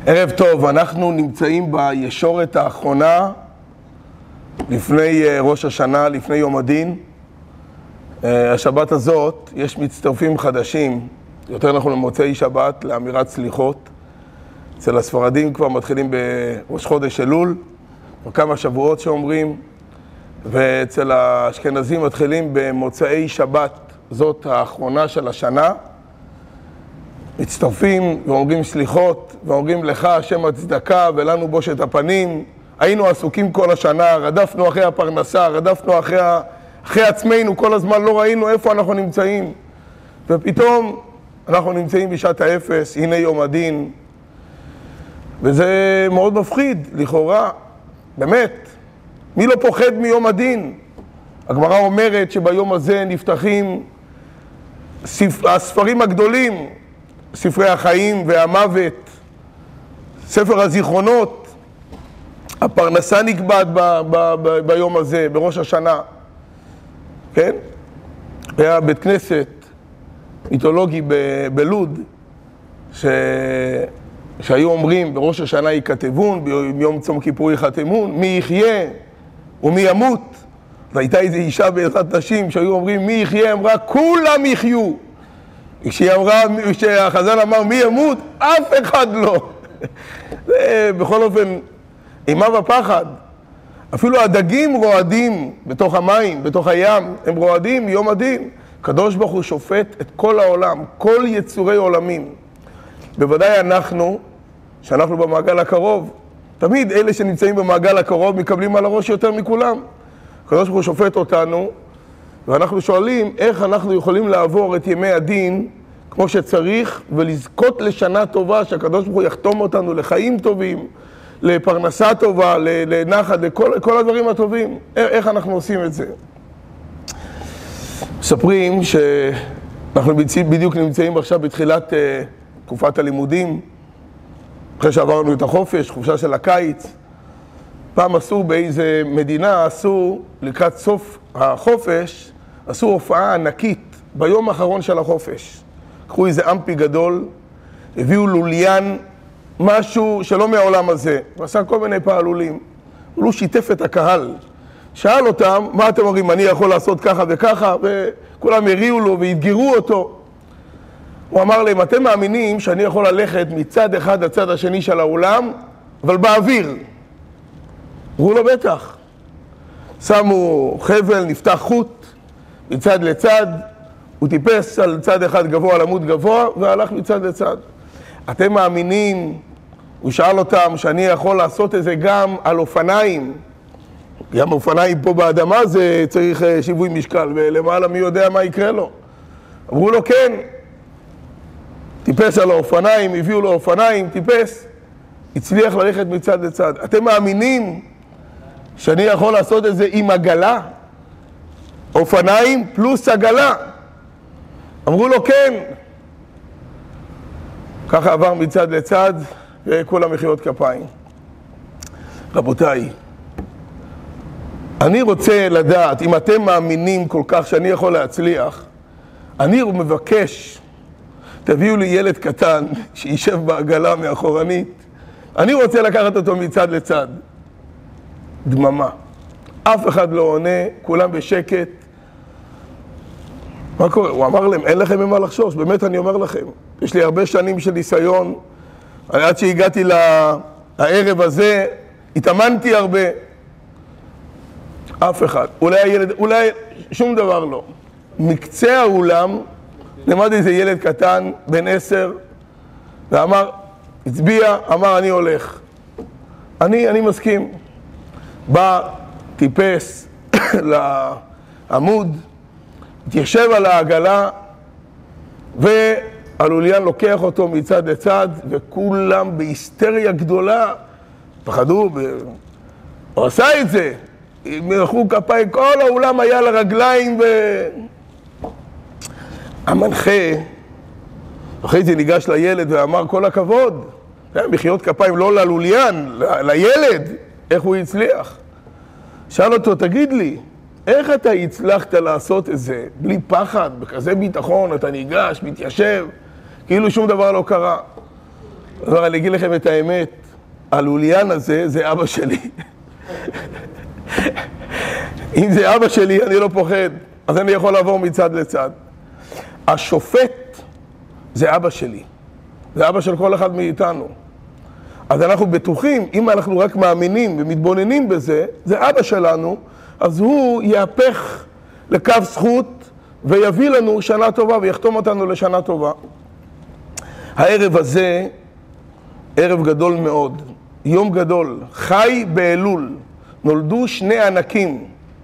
ערב טוב, אנחנו נמצאים בישורת האחרונה לפני ראש השנה, לפני יום הדין. השבת הזאת יש מצטרפים חדשים, יותר נכון למוצאי שבת, לאמירת סליחות. אצל הספרדים כבר מתחילים בראש חודש אלול, כמה שבועות שאומרים, ואצל האשכנזים מתחילים במוצאי שבת, זאת האחרונה של השנה. מצטרפים ואומרים סליחות, ואומרים לך השם הצדקה ולנו בושת הפנים. היינו עסוקים כל השנה, רדפנו אחרי הפרנסה, רדפנו אחרי עצמנו, כל הזמן לא ראינו איפה אנחנו נמצאים. ופתאום אנחנו נמצאים בשעת האפס, הנה יום הדין. וזה מאוד מפחיד, לכאורה, באמת. מי לא פוחד מיום הדין? הגמרא אומרת שביום הזה נפתחים הספרים הגדולים, ספרי החיים והמוות, ספר הזיכרונות, הפרנסה נקבעת ביום הזה, בראש השנה. כן? היה בית כנסת מיתולוגי בלוד, שהיו אומרים בראש השנה ייכתבון, ביום צום כיפור ייחתמון, מי יחיה ומי ימות. והייתה איזו אישה בעזרת נשים שהיו אומרים מי יחיה, אמרה כולם יחיו. כשהחז"ל אמר מי ימות, אף אחד לא. זה בכל אופן אימה ופחד. אפילו הדגים רועדים בתוך המים, בתוך הים, הם רועדים יום הדין. הקדוש ברוך הוא שופט את כל העולם, כל יצורי עולמים. בוודאי שאנחנו במעגל הקרוב, תמיד אלה שנמצאים במעגל הקרוב מקבלים על הראש יותר מכולם. הקדוש ברוך הוא שופט אותנו, ואנחנו שואלים איך אנחנו יכולים לעבור את ימי הדין כמו שצריך, ולזכות לשנה טובה, שהקדוש ברוך הוא יחתום אותנו לחיים טובים, לפרנסה טובה, לנחת, לכל הדברים הטובים. איך אנחנו עושים את זה? מספרים שאנחנו בדיוק נמצאים עכשיו בתחילת תקופת הלימודים, אחרי שעברנו את החופש, חופשה של הקיץ. פעם עשו באיזה מדינה, עשו לקראת סוף החופש, עשו הופעה ענקית ביום האחרון של החופש. קחו איזה אמפי גדול, הביאו לוליין, משהו שלא מהעולם הזה, ועשה כל מיני פעלולים. הוא שיתף את הקהל, שאל אותם, מה אתם אומרים, אני יכול לעשות ככה וככה, וכולם הריעו לו והתגרו אותו. הוא אמר להם, אתם מאמינים שאני יכול ללכת מצד אחד לצד השני של העולם, אבל באוויר. אמרו לו בטח. שמו חבל, נפתח חוט, מצד לצד, הוא טיפס על צד אחד גבוה, על עמוד גבוה, והלך מצד לצד. אתם מאמינים, הוא שאל אותם, שאני יכול לעשות את זה גם על אופניים. גם אופניים פה באדמה זה צריך שיווי משקל, ולמעלה מי יודע מה יקרה לו. אמרו לו כן. טיפס על האופניים, הביאו לו אופניים, טיפס, הצליח ללכת מצד לצד. אתם מאמינים שאני יכול לעשות את זה עם עגלה? אופניים פלוס עגלה. אמרו לו כן. ככה עבר מצד לצד וכל המחיאות כפיים. רבותיי, אני רוצה לדעת, אם אתם מאמינים כל כך שאני יכול להצליח, אני מבקש, תביאו לי ילד קטן שישב בעגלה מאחורנית, אני רוצה לקחת אותו מצד לצד. דממה. אף אחד לא עונה, כולם בשקט. מה קורה? הוא אמר להם, אין לכם ממה לחשוש, באמת אני אומר לכם. יש לי הרבה שנים של ניסיון, עד שהגעתי לערב הזה, התאמנתי הרבה. אף אחד. אולי שום דבר לא. מקצה האולם, למד איזה ילד קטן, בן 10, ואמר, הצביע, אמר אני הולך. אני מסכים. בא, טיפס לעמוד, התיישב על העגלה, והלוליין לוקח אותו מצד לצד, וכולם בהיסטריה גדולה, פחדו, הוא עשה את זה, מרחו כפיים, כל האולם היה לרגליים, המנחה, אחרי זה ניגש לילד ואמר כל הכבוד, מחיאות כפיים לא ללוליין, לילד, איך הוא הצליח. שאל אותו, תגיד לי, איך אתה הצלחת לעשות את זה בלי פחד, בכזה ביטחון, אתה ניגש, מתיישב, כאילו שום דבר לא קרה. אני אגיד לכם את האמת, הלוליין הזה זה אבא שלי. אם זה אבא שלי, אני לא פוחד, אז אני יכול לעבור מצד לצד. השופט זה אבא שלי, זה אבא של כל אחד מאיתנו. אז אנחנו בטוחים, אם אנחנו רק מאמינים ומתבוננים בזה, זה אבא שלנו, אז הוא יהפך לקו זכות ויביא לנו שנה טובה ויחתום אותנו לשנה טובה. הערב הזה, ערב גדול מאוד, יום גדול, חי באלול, נולדו שני ענקים,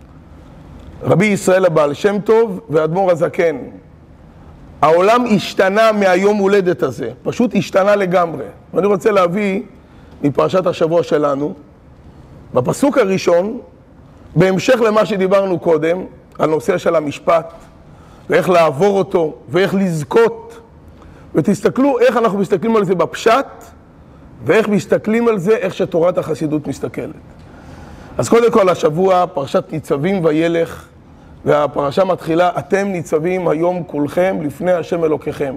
רבי ישראל הבעל שם טוב ואדמו"ר הזקן. העולם השתנה מהיום הולדת הזה, פשוט השתנה לגמרי. ואני רוצה להביא מפרשת השבוע שלנו, בפסוק הראשון, בהמשך למה שדיברנו קודם, על נושא של המשפט, ואיך לעבור אותו, ואיך לזכות. ותסתכלו איך אנחנו מסתכלים על זה בפשט, ואיך מסתכלים על זה, איך שתורת החסידות מסתכלת. אז קודם כל השבוע, פרשת ניצבים וילך, והפרשה מתחילה, אתם ניצבים היום כולכם לפני השם אלוקיכם.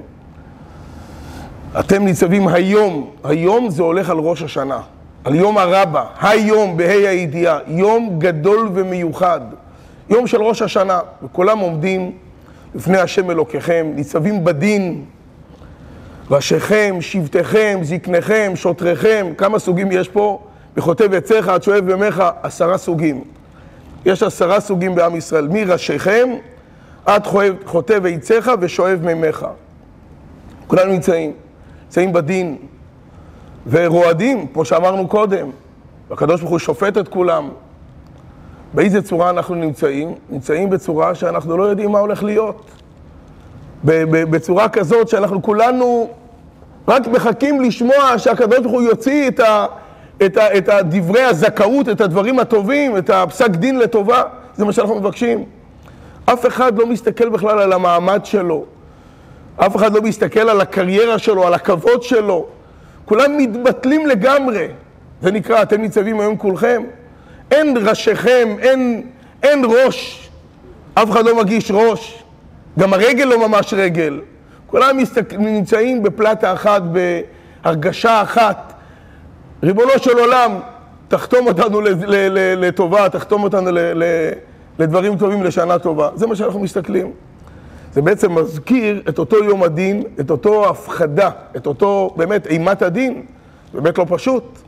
אתם ניצבים היום, היום זה הולך על ראש השנה, על יום הרבה, היום בה"א הידיעה, יום גדול ומיוחד, יום של ראש השנה, וכולם עומדים לפני השם אלוקיכם, ניצבים בדין, ראשיכם, שבטיכם, זקניכם, שוטריכם, כמה סוגים יש פה? בכותב עציך עד שואב ימיך, 10 סוגים. יש 10 סוגים בעם ישראל, מראשיכם עד חוטב עציך ושואב מימיך. כולנו נמצאים בדין ורועדים, כמו שאמרנו קודם, והקדוש ברוך הוא שופט את כולם. באיזה צורה אנחנו נמצאים? נמצאים בצורה שאנחנו לא יודעים מה הולך להיות. בצורה כזאת שאנחנו כולנו רק מחכים לשמוע שהקדוש ברוך הוא יוציא את דברי הזכאות, את הדברים הטובים, את הפסק דין לטובה. זה מה שאנחנו מבקשים. אף אחד לא מסתכל בכלל על המעמד שלו. אף אחד לא מסתכל על הקריירה שלו, על הכבוד שלו. כולם מתבטלים לגמרי. זה נקרא, אתם ניצבים היום כולכם. אין ראשיכם, אין ראש. אף אחד לא מגיש ראש. גם הרגל לא ממש רגל. כולם נמצאים בפלטה אחת, בהרגשה אחת. ריבונו של עולם, תחתום אותנו לטובה, תחתום אותנו לדברים טובים, לשנה טובה. זה מה שאנחנו מסתכלים. זה בעצם מזכיר את אותו יום הדין, את אותו הפחדה, את אותו באמת אימת הדין. באמת לא פשוט.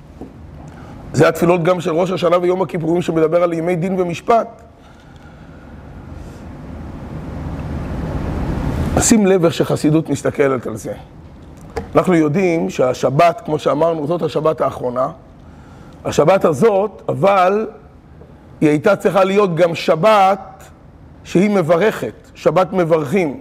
זה התפילות גם של ראש השנה ויום הכיפורים שמדבר על ימי דין ומשפט. שים לב איך שחסידות מסתכלת על זה. אנחנו יודעים שהשבת, כמו שאמרנו, זאת השבת האחרונה. השבת הזאת, אבל היא הייתה צריכה להיות גם שבת שהיא מברכת, שבת מברכים.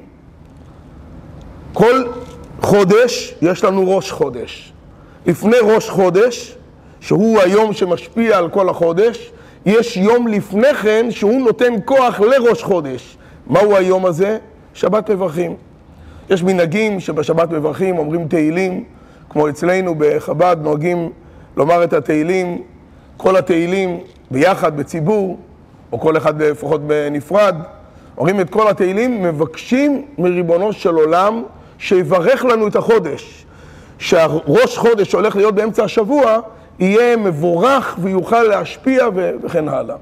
כל חודש יש לנו ראש חודש. לפני ראש חודש, שהוא היום שמשפיע על כל החודש, יש יום לפני כן שהוא נותן כוח לראש חודש. מהו היום הזה? שבת מברכים. יש מנהגים שבשבת מברכים, אומרים תהילים, כמו אצלנו בחב"ד נוהגים לומר את התהילים, כל התהילים ביחד בציבור, או כל אחד לפחות בנפרד, אומרים את כל התהילים, מבקשים מריבונו של עולם שיברך לנו את החודש, שהראש חודש שהולך להיות באמצע השבוע יהיה מבורך ויוכל להשפיע וכן הלאה.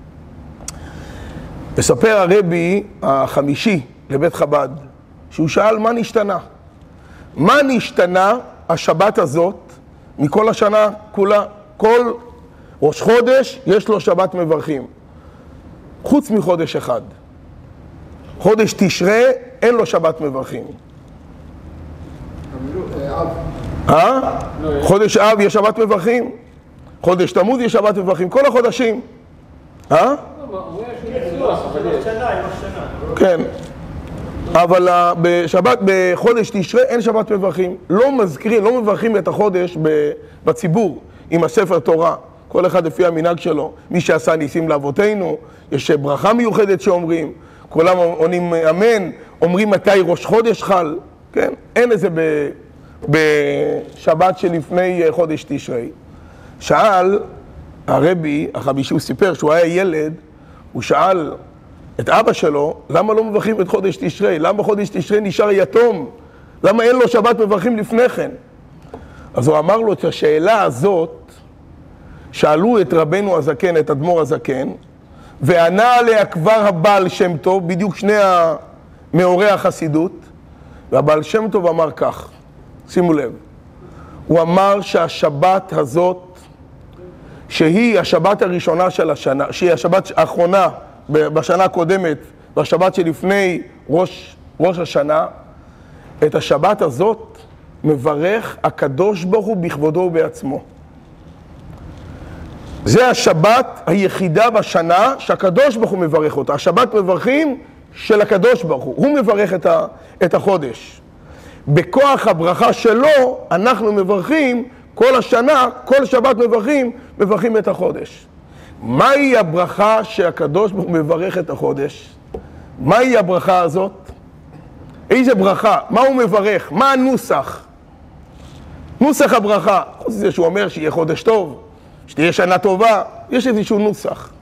מספר הרבי החמישי לבית חב"ד, שהוא שאל מה נשתנה? מה נשתנה השבת הזאת מכל השנה כולה? כל ראש חודש יש לו שבת מברכים. חוץ מחודש אחד. חודש תשרי אין לו שבת מברכים. חודש אב יש שבת מברכים. חודש תמוז יש שבת מברכים. כל החודשים. כן. אבל בשבת, בחודש תשרי אין שבת מברכים. לא מזכירים, לא מברכים את החודש בציבור עם הספר תורה. כל אחד לפי המנהג שלו. מי שעשה ניסים לאבותינו, יש ברכה מיוחדת שאומרים. כולם עונים אמן, אומרים מתי ראש חודש חל. כן? אין איזה בשבת שלפני חודש תשרי. שאל הרבי, החמישי, הוא סיפר שהוא היה ילד, הוא שאל את אבא שלו, למה לא מברכים את חודש תשרי? למה חודש תשרי נשאר יתום? למה אין לו שבת מברכים לפני כן? אז הוא אמר לו את השאלה הזאת, שאלו את רבנו הזקן, את אדמו"ר הזקן, וענה עליה כבר הבעל שם טוב, בדיוק שני מאורי החסידות, והבעל שם טוב אמר כך, שימו לב, הוא אמר שהשבת הזאת, שהיא השבת הראשונה של השנה, שהיא השבת האחרונה בשנה הקודמת, והשבת שלפני ראש השנה, את השבת הזאת מברך הקדוש ברוך הוא בכבודו ובעצמו. זה השבת היחידה בשנה שהקדוש ברוך הוא מברך אותה. השבת מברכים של הקדוש ברוך הוא. הוא מברך את החודש. בכוח הברכה שלו אנחנו מברכים כל השנה, כל שבת מברכים את החודש. מהי הברכה שהקדוש ברוך הוא מברך את החודש? מהי הברכה הזאת? איזה ברכה? מה הוא מברך? מה הנוסח? נוסח הברכה. זה שהוא אומר שיהיה חודש טוב, שתהיה שנה טובה, יש איזשהו נוסח.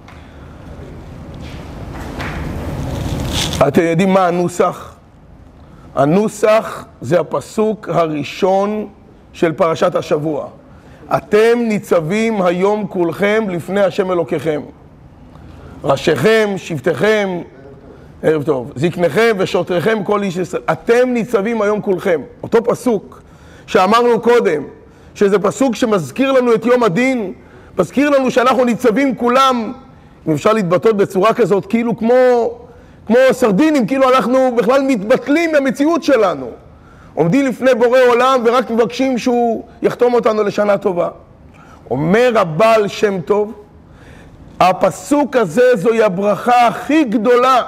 אתם יודעים מה הנוסח? הנוסח זה הפסוק הראשון של פרשת השבוע. אתם ניצבים היום כולכם לפני השם אלוקיכם. ראשיכם, שבטיכם, ערב טוב, זקניכם ושוטריכם כל איש ישראל. אתם ניצבים היום כולכם. אותו פסוק שאמרנו קודם, שזה פסוק שמזכיר לנו את יום הדין, מזכיר לנו שאנחנו ניצבים כולם, אם אפשר להתבטאות בצורה כזאת, כאילו כמו סרדינים, כאילו אנחנו בכלל מתבטלים מהמציאות שלנו. עומדים לפני בורא עולם ורק מבקשים שהוא יחתום אותנו לשנה טובה. אומר הבעל שם טוב, הפסוק הזה זוהי הברכה הכי גדולה.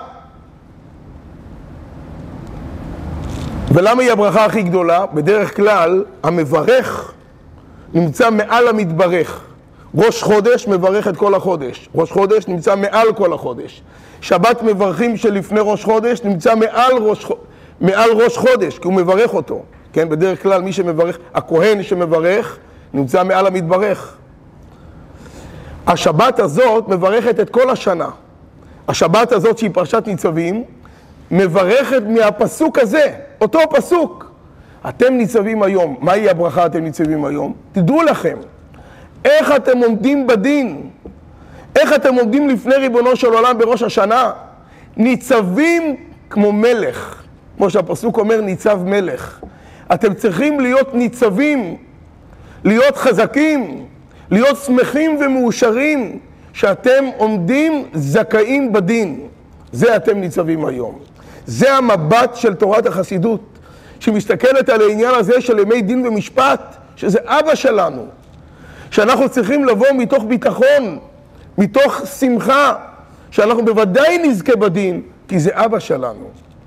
ולמה היא הברכה הכי גדולה? בדרך כלל המברך נמצא מעל המתברך. ראש חודש מברך את כל החודש. ראש חודש נמצא מעל כל החודש. שבת מברכים שלפני ראש חודש נמצא מעל ראש חודש, כי הוא מברך אותו. כן, בדרך כלל מי שמברך, הכהן שמברך, נמצא מעל המתברך. השבת הזאת מברכת את כל השנה. השבת הזאת שהיא פרשת ניצבים, מברכת מהפסוק הזה, אותו פסוק. אתם ניצבים היום. מהי הברכה אתם ניצבים היום? תדעו לכם, איך אתם עומדים בדין, איך אתם עומדים לפני ריבונו של עולם בראש השנה, ניצבים כמו מלך, כמו שהפסוק אומר ניצב מלך. אתם צריכים להיות ניצבים, להיות חזקים, להיות שמחים ומאושרים, שאתם עומדים זכאים בדין. זה אתם ניצבים היום. זה המבט של תורת החסידות, שמסתכלת על העניין הזה של ימי דין ומשפט, שזה אבא שלנו, שאנחנו צריכים לבוא מתוך ביטחון, מתוך שמחה, שאנחנו בוודאי נזכה בדין, כי זה אבא שלנו.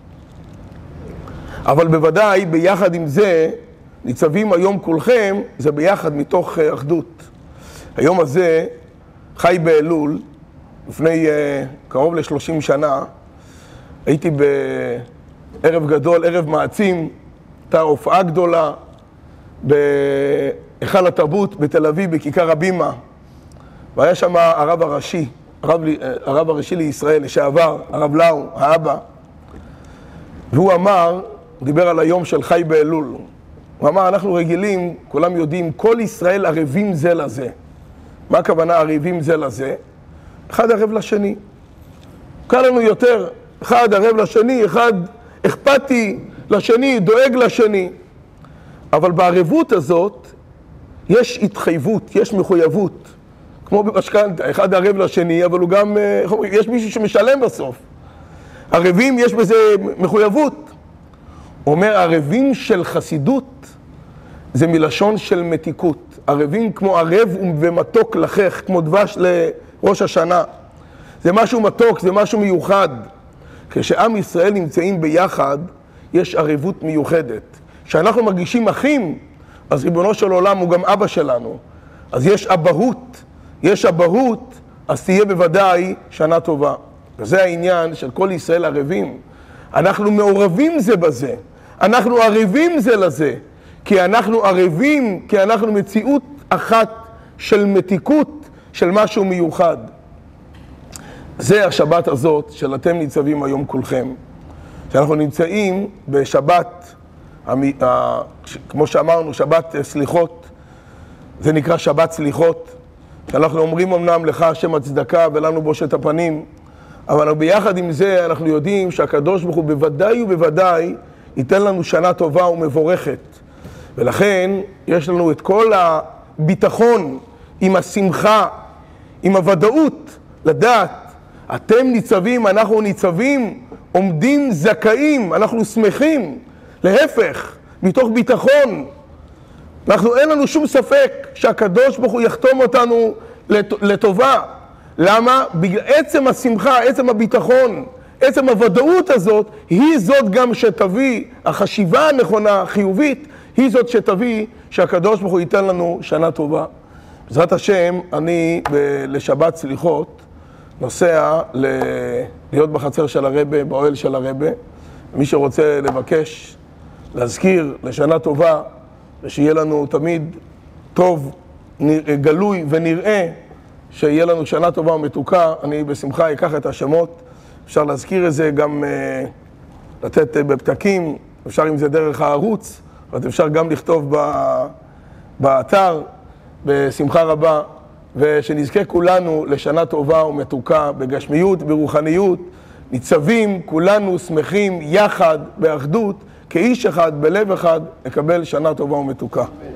אבל בוודאי ביחד עם זה, ניצבים היום כולכם, זה ביחד מתוך אחדות. היום הזה, חי באלול, לפני קרוב ל-30 שנה, הייתי בערב גדול, ערב מעצים, הייתה הופעה גדולה בהיכל התרבות בתל אביב, בכיכר הבימה, והיה שם הרב הראשי, הרב הראשי לישראל, לשעבר, הרב לאו, האבא, והוא אמר, הוא דיבר על היום של חי באלול, הוא אמר, אנחנו רגילים, כולם יודעים, כל ישראל ערבים זה לזה. מה הכוונה ערבים זה לזה? אחד ערב לשני. קל לנו יותר, אחד ערב לשני, אחד אכפתי לשני, דואג לשני. אבל בערבות הזאת יש התחייבות, יש מחויבות. כמו במשכנתא, אחד ערב לשני, אבל הוא גם, יש מישהו שמשלם בסוף. ערבים יש בזה מחויבות. אומר, ערבים של חסידות זה מלשון של מתיקות. ערבים כמו ערב ומתוק לחך, כמו דבש לראש השנה. זה משהו מתוק, זה משהו מיוחד. כשעם ישראל נמצאים ביחד, יש ערבות מיוחדת. כשאנחנו מרגישים אחים, אז ריבונו של עולם הוא גם אבא שלנו. אז יש אבהות, אז תהיה בוודאי שנה טובה. וזה העניין של כל ישראל ערבים. אנחנו מעורבים זה בזה. אנחנו ערבים זה לזה. כי אנחנו ערבים, כי אנחנו מציאות אחת של מתיקות, של משהו מיוחד. זה השבת הזאת של אתם ניצבים היום כולכם. שאנחנו נמצאים בשבת כמו שאמרנו, שבת סליחות, זה נקרא שבת סליחות, שאנחנו אומרים אמנם לך השם הצדקה ולנו בושת הפנים, אבל ביחד עם זה אנחנו יודעים שהקדוש ברוך הוא בוודאי ובוודאי ייתן לנו שנה טובה ומבורכת. ולכן יש לנו את כל הביטחון עם השמחה, עם הוודאות, לדעת, אתם ניצבים, אנחנו ניצבים, עומדים זכאים, אנחנו שמחים, להפך, מתוך ביטחון. אין לנו שום ספק שהקדוש ברוך הוא יחתום אותנו לטובה. למה? בגלל עצם השמחה, עצם הביטחון, עצם הוודאות הזאת, היא זאת גם שתביא, החשיבה הנכונה, החיובית, היא זאת שתביא שהקדוש ברוך הוא ייתן לנו שנה טובה. בעזרת השם, אני לשבת סליחות נוסע להיות בחצר של הרבה, באוהל של הרבה. מי שרוצה לבקש, להזכיר לשנה טובה, ושיהיה לנו תמיד טוב, גלוי ונראה, שיהיה לנו שנה טובה ומתוקה, אני בשמחה אקח את השמות. אפשר להזכיר את זה גם לתת בפתקים, אפשר אם זה דרך הערוץ, אבל אפשר גם לכתוב באתר בשמחה רבה, ושנזכה כולנו לשנה טובה ומתוקה בגשמיות, ברוחניות, ניצבים כולנו שמחים יחד באחדות, כאיש אחד, בלב אחד, לקבל שנה טובה ומתוקה.